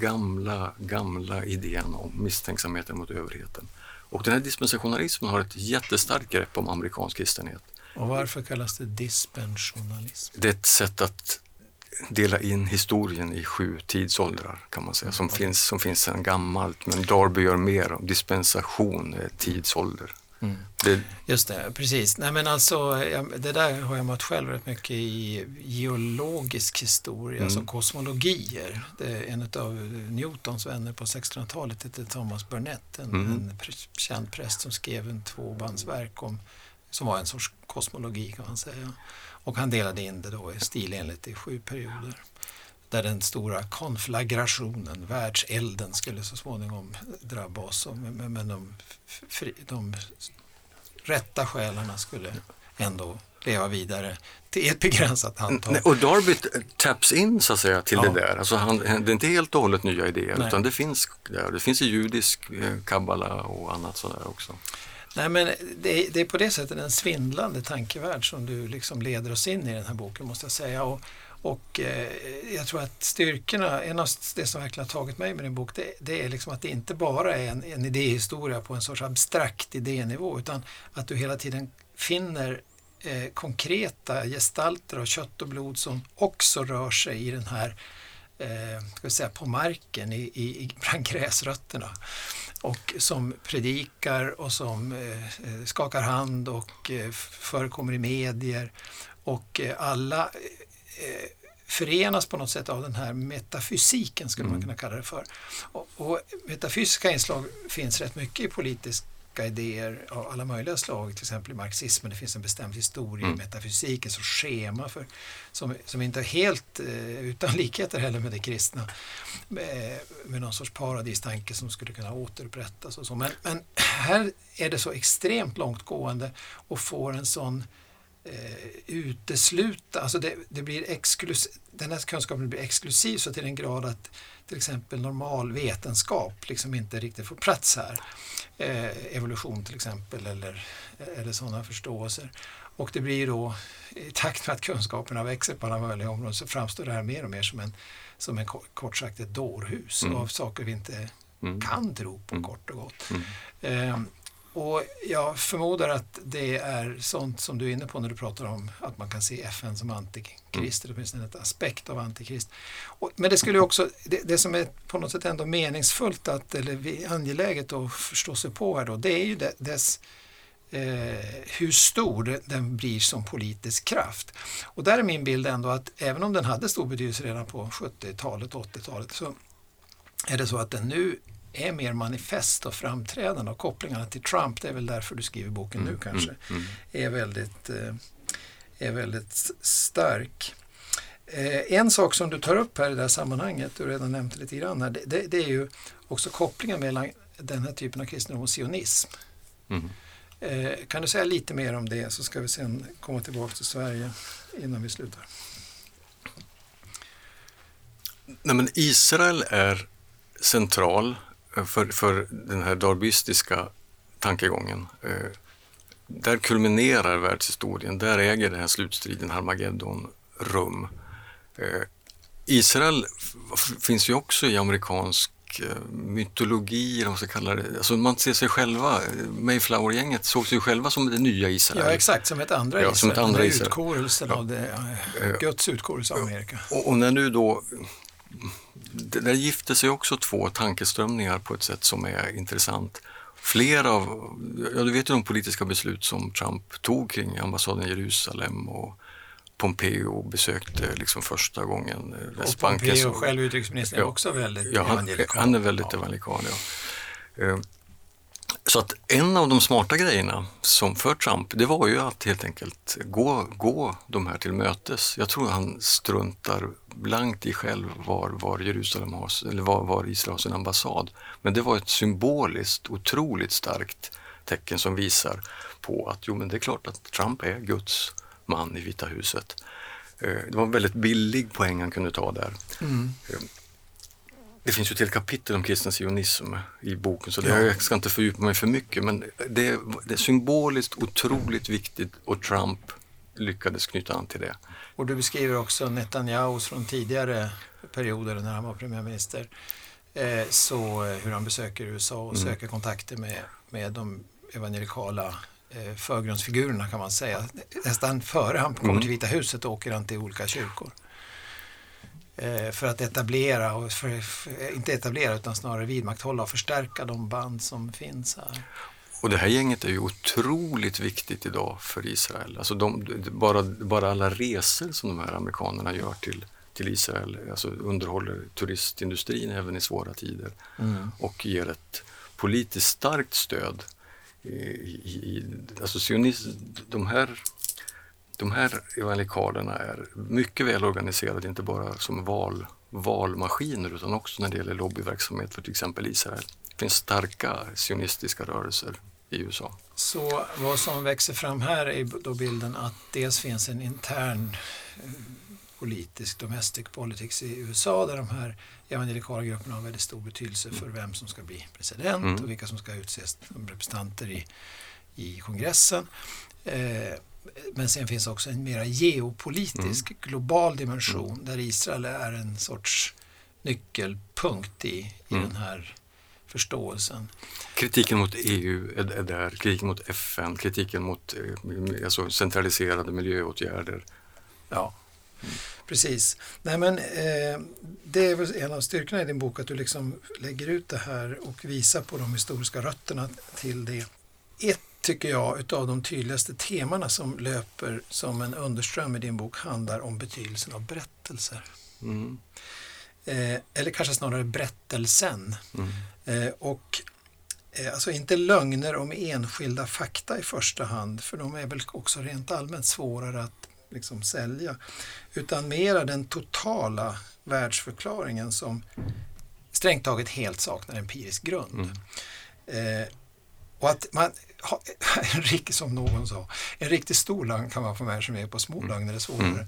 gamla idén om misstänksamheten mot överheten. Och den här dispensationalismen har ett jättestarkt grepp om amerikansk kristenhet. Och varför kallas det dispensationalism? Det är ett sätt att dela in historien i 7 tidsåldrar kan man säga, som finns sedan gammalt, men Darby gör mer om dispensation, tidsålder. Just det, precis. Nej, men alltså, det där har jag mött själv rätt mycket i geologisk historia, alltså kosmologier. Det är en av Newtons vänner på 1600-talet heter Thomas Burnett, en känd präst som skrev en 2-bandsverk som var en sorts kosmologi kan man säga. Och han delade in det då stilenligt i 7 perioder. Där den stora konflagrationen, världselden, skulle så småningom drabba oss. Men de rätta själarna skulle ändå leva vidare till ett begränsat antal. Och Darby taps in så att säga till det där. Alltså det är inte helt och hållet nya idéer, utan det finns där. Det finns i judisk kabbala och annat sådär också. Nej, men det är på det sättet en svindlande tankevärld som du liksom leder oss in i den här boken, måste jag säga. Och jag tror att styrkorna, en av det som verkligen har tagit mig med din bok, det är liksom att det inte bara är en idéhistoria på en sorts abstrakt idénivå, utan att du hela tiden finner konkreta gestalter av kött och blod som också rör sig i den här ska vi säga, på marken bland gräsrötterna, och som predikar och som skakar hand och förekommer i medier, och alla förenas på något sätt av den här metafysiken, skulle man kunna kalla det för. Och metafysiska inslag finns rätt mycket i politiska idéer av alla möjliga slag, till exempel i marxismen. Det finns en bestämd historia i metafysiken, så schema som inte är helt utan likheter heller med det kristna, med någon sorts paradistanke som skulle kunna återupprättas och så. Men här är det så extremt långtgående och får en sån utesluta, alltså det blir den här kunskapen blir exklusiv så till en grad att till exempel normal vetenskap liksom inte riktigt får plats här. Evolution till exempel eller sådana förståelser. Och det blir då, i takt med att kunskaperna växer på alla möjliga områden, så framstår det här mer och mer som en kort sagt ett dårhus av saker vi inte kan tro på, kort och gott. Och jag förmodar att det är sånt som du är inne på när du pratar om att man kan se FN som antikrist, eller åtminstone ett aspekt av antikrist. Men det skulle också, det som är på något sätt ändå meningsfullt eller angeläget att förstå sig på här då, det är ju dess hur stor den blir som politisk kraft. Och där är min bild ändå att även om den hade stor betydelse redan på 70-talet, 80-talet, så är det så att den nu är mer manifest och framträdande, och kopplingarna till Trump, det är väl därför du skriver boken nu kanske, är väldigt stark. En sak som du tar upp här i det här sammanhanget, du har redan nämnt lite grann här, det är ju också kopplingen mellan den här typen av kristendom och sionism. Kan du säga lite mer om det, så ska vi sen komma tillbaka till Sverige innan vi slutar. Nej, men Israel är central för den här darbistiska tankegången. Där kulminerar världshistorien, där äger den här slutstriden Harmageddon rum. Israel finns ju också i amerikansk mytologi, eller vad man ska kalla det. Alltså man ser sig själva, Mayflower-gänget såg sig själva som det nya Israel. Ja, exakt, som ett andra Israel. Som ett andra Israel. Utkårelsen av Guds utkårelse av Amerika. Och när nu då, där gifter sig också två tankeströmningar på ett sätt som är intressant. Flera av, du vet ju de politiska beslut som Trump tog kring ambassaden i Jerusalem, och Pompeo besökte liksom första gången Västbanken. Och Pompeo själv, utrikesministern, är också väldigt evangelikal. Han är väldigt evangelikal, ja. Så att en av de smarta grejerna som för Trump, det var ju att helt enkelt gå de här till mötes. Jag tror han struntar blankt i själv var Jerusalem har, eller var Israel har sin ambassad. Men det var ett symboliskt otroligt starkt tecken som visar på att men det är klart att Trump är Guds man i Vita huset. Det var en väldigt billig poäng han kunde ta där. Det finns ju ett helt kapitel om kristen sionism i boken, så jag ska inte fördjupa mig för mycket, men det är symboliskt otroligt viktigt, och Trump lyckades knyta an till det. Och du beskriver också Netanyahu från tidigare perioder när han var premiärminister, så hur han besöker USA och söker kontakter med de evangelikala förgrundsfigurerna, kan man säga. Nästan före han kommer till Vita huset åker han till olika kyrkor. För att etablera, och inte etablera utan snarare vidmakthålla och förstärka de band som finns här. Och det här gänget är ju otroligt viktigt idag för Israel. Alltså bara alla resor som de här amerikanerna gör till Israel, alltså underhåller turistindustrin även i svåra tider, och ger ett politiskt starkt stöd. Alltså de här evangelikalerna är mycket väl organiserade, inte bara som valmaskiner utan också när det gäller lobbyverksamhet för till exempel Israel. Det finns starka sionistiska rörelser i USA. Så vad som växer fram här är då bilden att dels finns en intern politisk, domestic politics i USA, där de här evangelikala grupperna har väldigt stor betydelse för vem som ska bli president och vilka som ska utses som representanter i kongressen. Men sen finns också en mer geopolitisk, global dimension där Israel är en sorts nyckelpunkt i den här förståelsen. Kritiken mot EU är där, kritiken mot FN, kritiken mot alltså centraliserade miljöåtgärder. Ja, precis. Nej, men det är väl en av styrkorna i din bok, att du liksom lägger ut det här och visar på de historiska rötterna till det. Ett, tycker jag, utav de tydligaste temana som löper som en underström i din bok handlar om betydelsen av berättelser. Eller kanske snarare berättelsen. Alltså inte lögner om enskilda fakta i första hand, för de är väl också rent allmänt svårare att liksom sälja, utan mera den totala världsförklaringen som strängt taget helt saknar empirisk grund. Och att man som någon sa, en riktigt stor lögn kan man få med sig med, på små lögner är det svårare.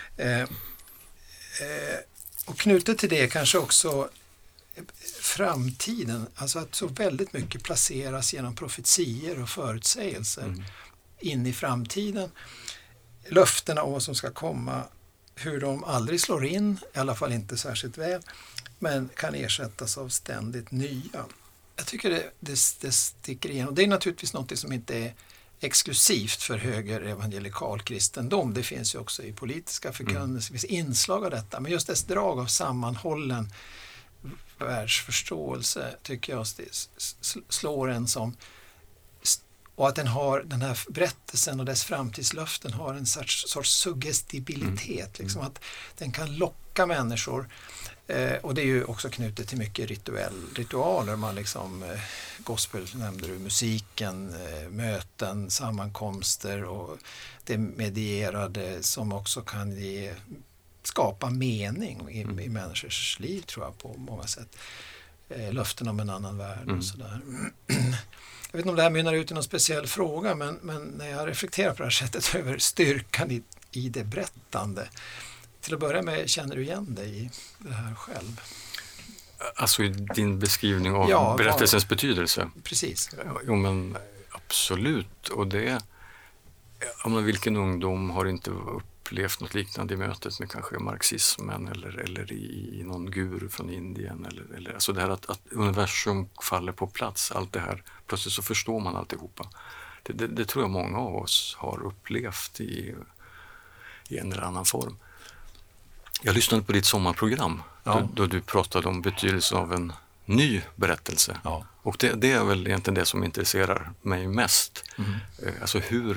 Och knutet till det kanske också framtiden, alltså att så väldigt mycket placeras genom profetier och förutsägelser in i framtiden. Löftena om vad som ska komma, hur de aldrig slår in, i alla fall inte särskilt väl, men kan ersättas av ständigt nya. Jag tycker det sticker igenom. Det är naturligtvis något som inte är exklusivt för höger evangelikal kristendom. Det finns ju också i politiska förkunnelser, det finns inslag av detta. Men just dess drag av sammanhållen världsförståelse tycker jag slår en som, och att den här berättelsen och dess framtidslöften har en sorts suggestibilitet, liksom att den kan locka människor. Och det är ju också knutet till mycket ritualer. Man liksom, gospel nämnde du, musiken, möten, sammankomster och det medierade som också kan ge skapa mening i människors liv, tror jag, på många sätt. Löften om en annan värld och sådär. Jag vet inte om det här mynnar ut i någon speciell fråga, men när jag reflekterar på det här sättet över styrkan i det berättande. Till att börja med, känner du igen dig i det här själv? Alltså i din beskrivning av berättelsens betydelse? Precis. Jo, men absolut. Och det, vilken ungdom har inte upplevt något liknande i mötet med kanske marxismen eller i någon guru från Indien eller alltså det här att universum faller på plats, allt det här, plötsligt så förstår man alltihopa. Det tror jag många av oss har upplevt i en eller annan form. Jag lyssnade på ditt sommarprogram då du pratade om betydelsen av en ny berättelse. Ja. Och det är väl egentligen det som intresserar mig mest. Alltså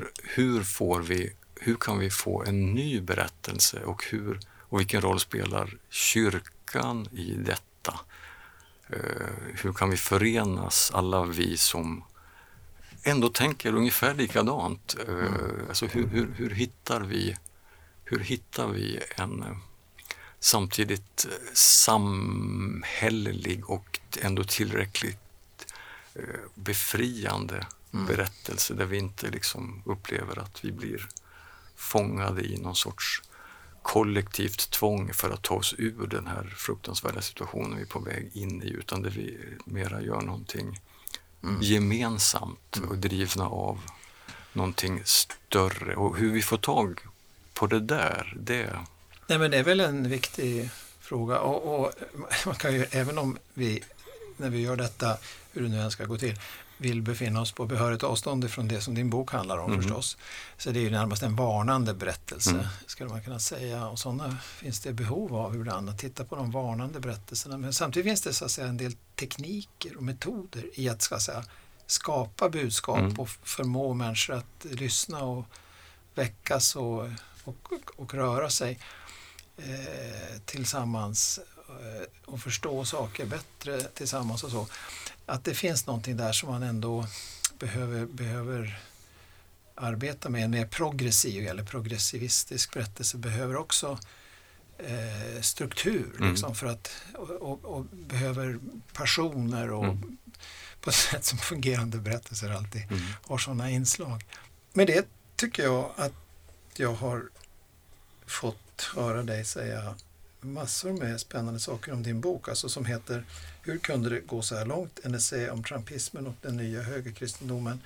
hur kan vi få en ny berättelse och vilken roll spelar kyrkan i detta? Hur kan vi förenas, alla vi som ändå tänker ungefär likadant? Alltså hur hittar vi en samtidigt samhällelig och ändå tillräckligt befriande berättelse där vi inte liksom upplever att vi blir fångade i någon sorts kollektivt tvång för att ta oss ur den här fruktansvärda situationen vi är på väg in i, utan där vi mera gör någonting gemensamt och drivna av någonting större. Och hur vi får tag på det där, Nej, men det är väl en viktig fråga och man kan ju, även om vi när vi gör detta, hur det nu än ska gå till, vill befinna oss på behörigt avstånd från det som din bok handlar om förstås. Så det är ju närmast en varnande berättelse, skulle man kunna säga. Och sådana finns det behov av ibland, att titta på de varnande berättelserna. Men samtidigt finns det så att säga en del tekniker och metoder i att ska säga, skapa budskap och förmå människor att lyssna och väckas och röra sig tillsammans och förstå saker bättre tillsammans och så. Att det finns någonting där som man ändå behöver arbeta med. En mer progressiv eller progressivistisk berättelse behöver också struktur liksom, för att, och behöver passioner och på ett sätt som fungerande berättelser alltid har sådana inslag. Men det tycker jag att jag har fått höra dig säga massor med spännande saker om din bok, alltså som heter Hur kunde det gå så här långt? En essä om trumpismen och den nya högerkristendomen,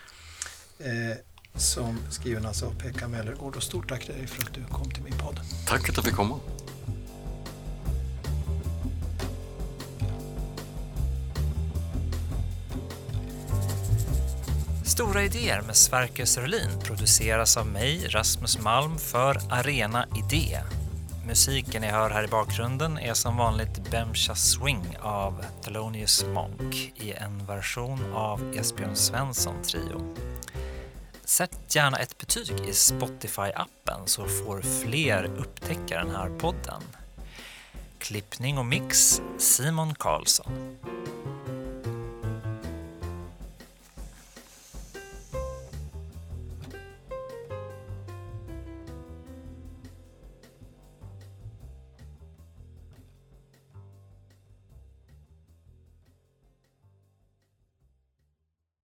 som skriven alltså av Pekka Mellergård. Och stort tack till dig för att du kom till min podd. Tack att jag fick komma. Stora idéer med Sverker Sörlin produceras av mig, Rasmus Malm, för Arena Idé. Musiken ni hör här i bakgrunden är som vanligt Bemcha Swing av Thelonious Monk i en version av Esbjörn Svensson Trio. Sätt gärna ett betyg i Spotify-appen så får fler upptäcka den här podden. Klippning och mix Simon Karlsson.